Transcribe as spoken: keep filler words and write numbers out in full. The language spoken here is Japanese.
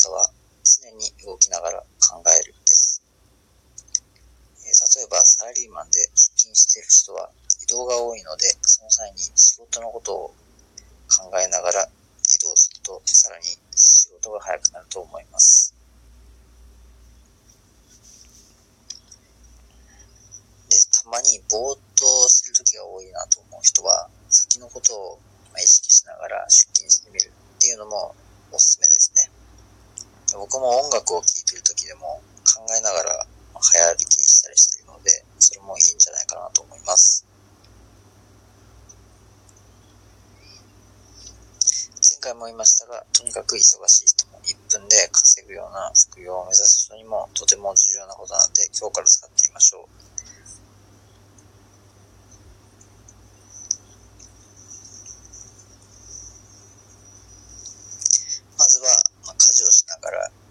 方は常に動きながら考えるです。えー、例えばサラリーマンで出勤している人は移動が多いので、その際に仕事のことを考えながら移動するとさらに仕事が早くなると思います。で、たまにぼーっとしてる時が多いなと思う人は、先のことを意識しながら出勤してみるっていうのもおすすめですね。僕も音楽を聴いている時でも考えながら早歩きしたりしているので、それもいいんじゃないかなと思います。前回も言いましたが、とにかく忙しい人もいっぷんで稼ぐような副業を目指す人にもとても重要なことなので、今日から使ってみましょう。まずは、まあ、家事をしながら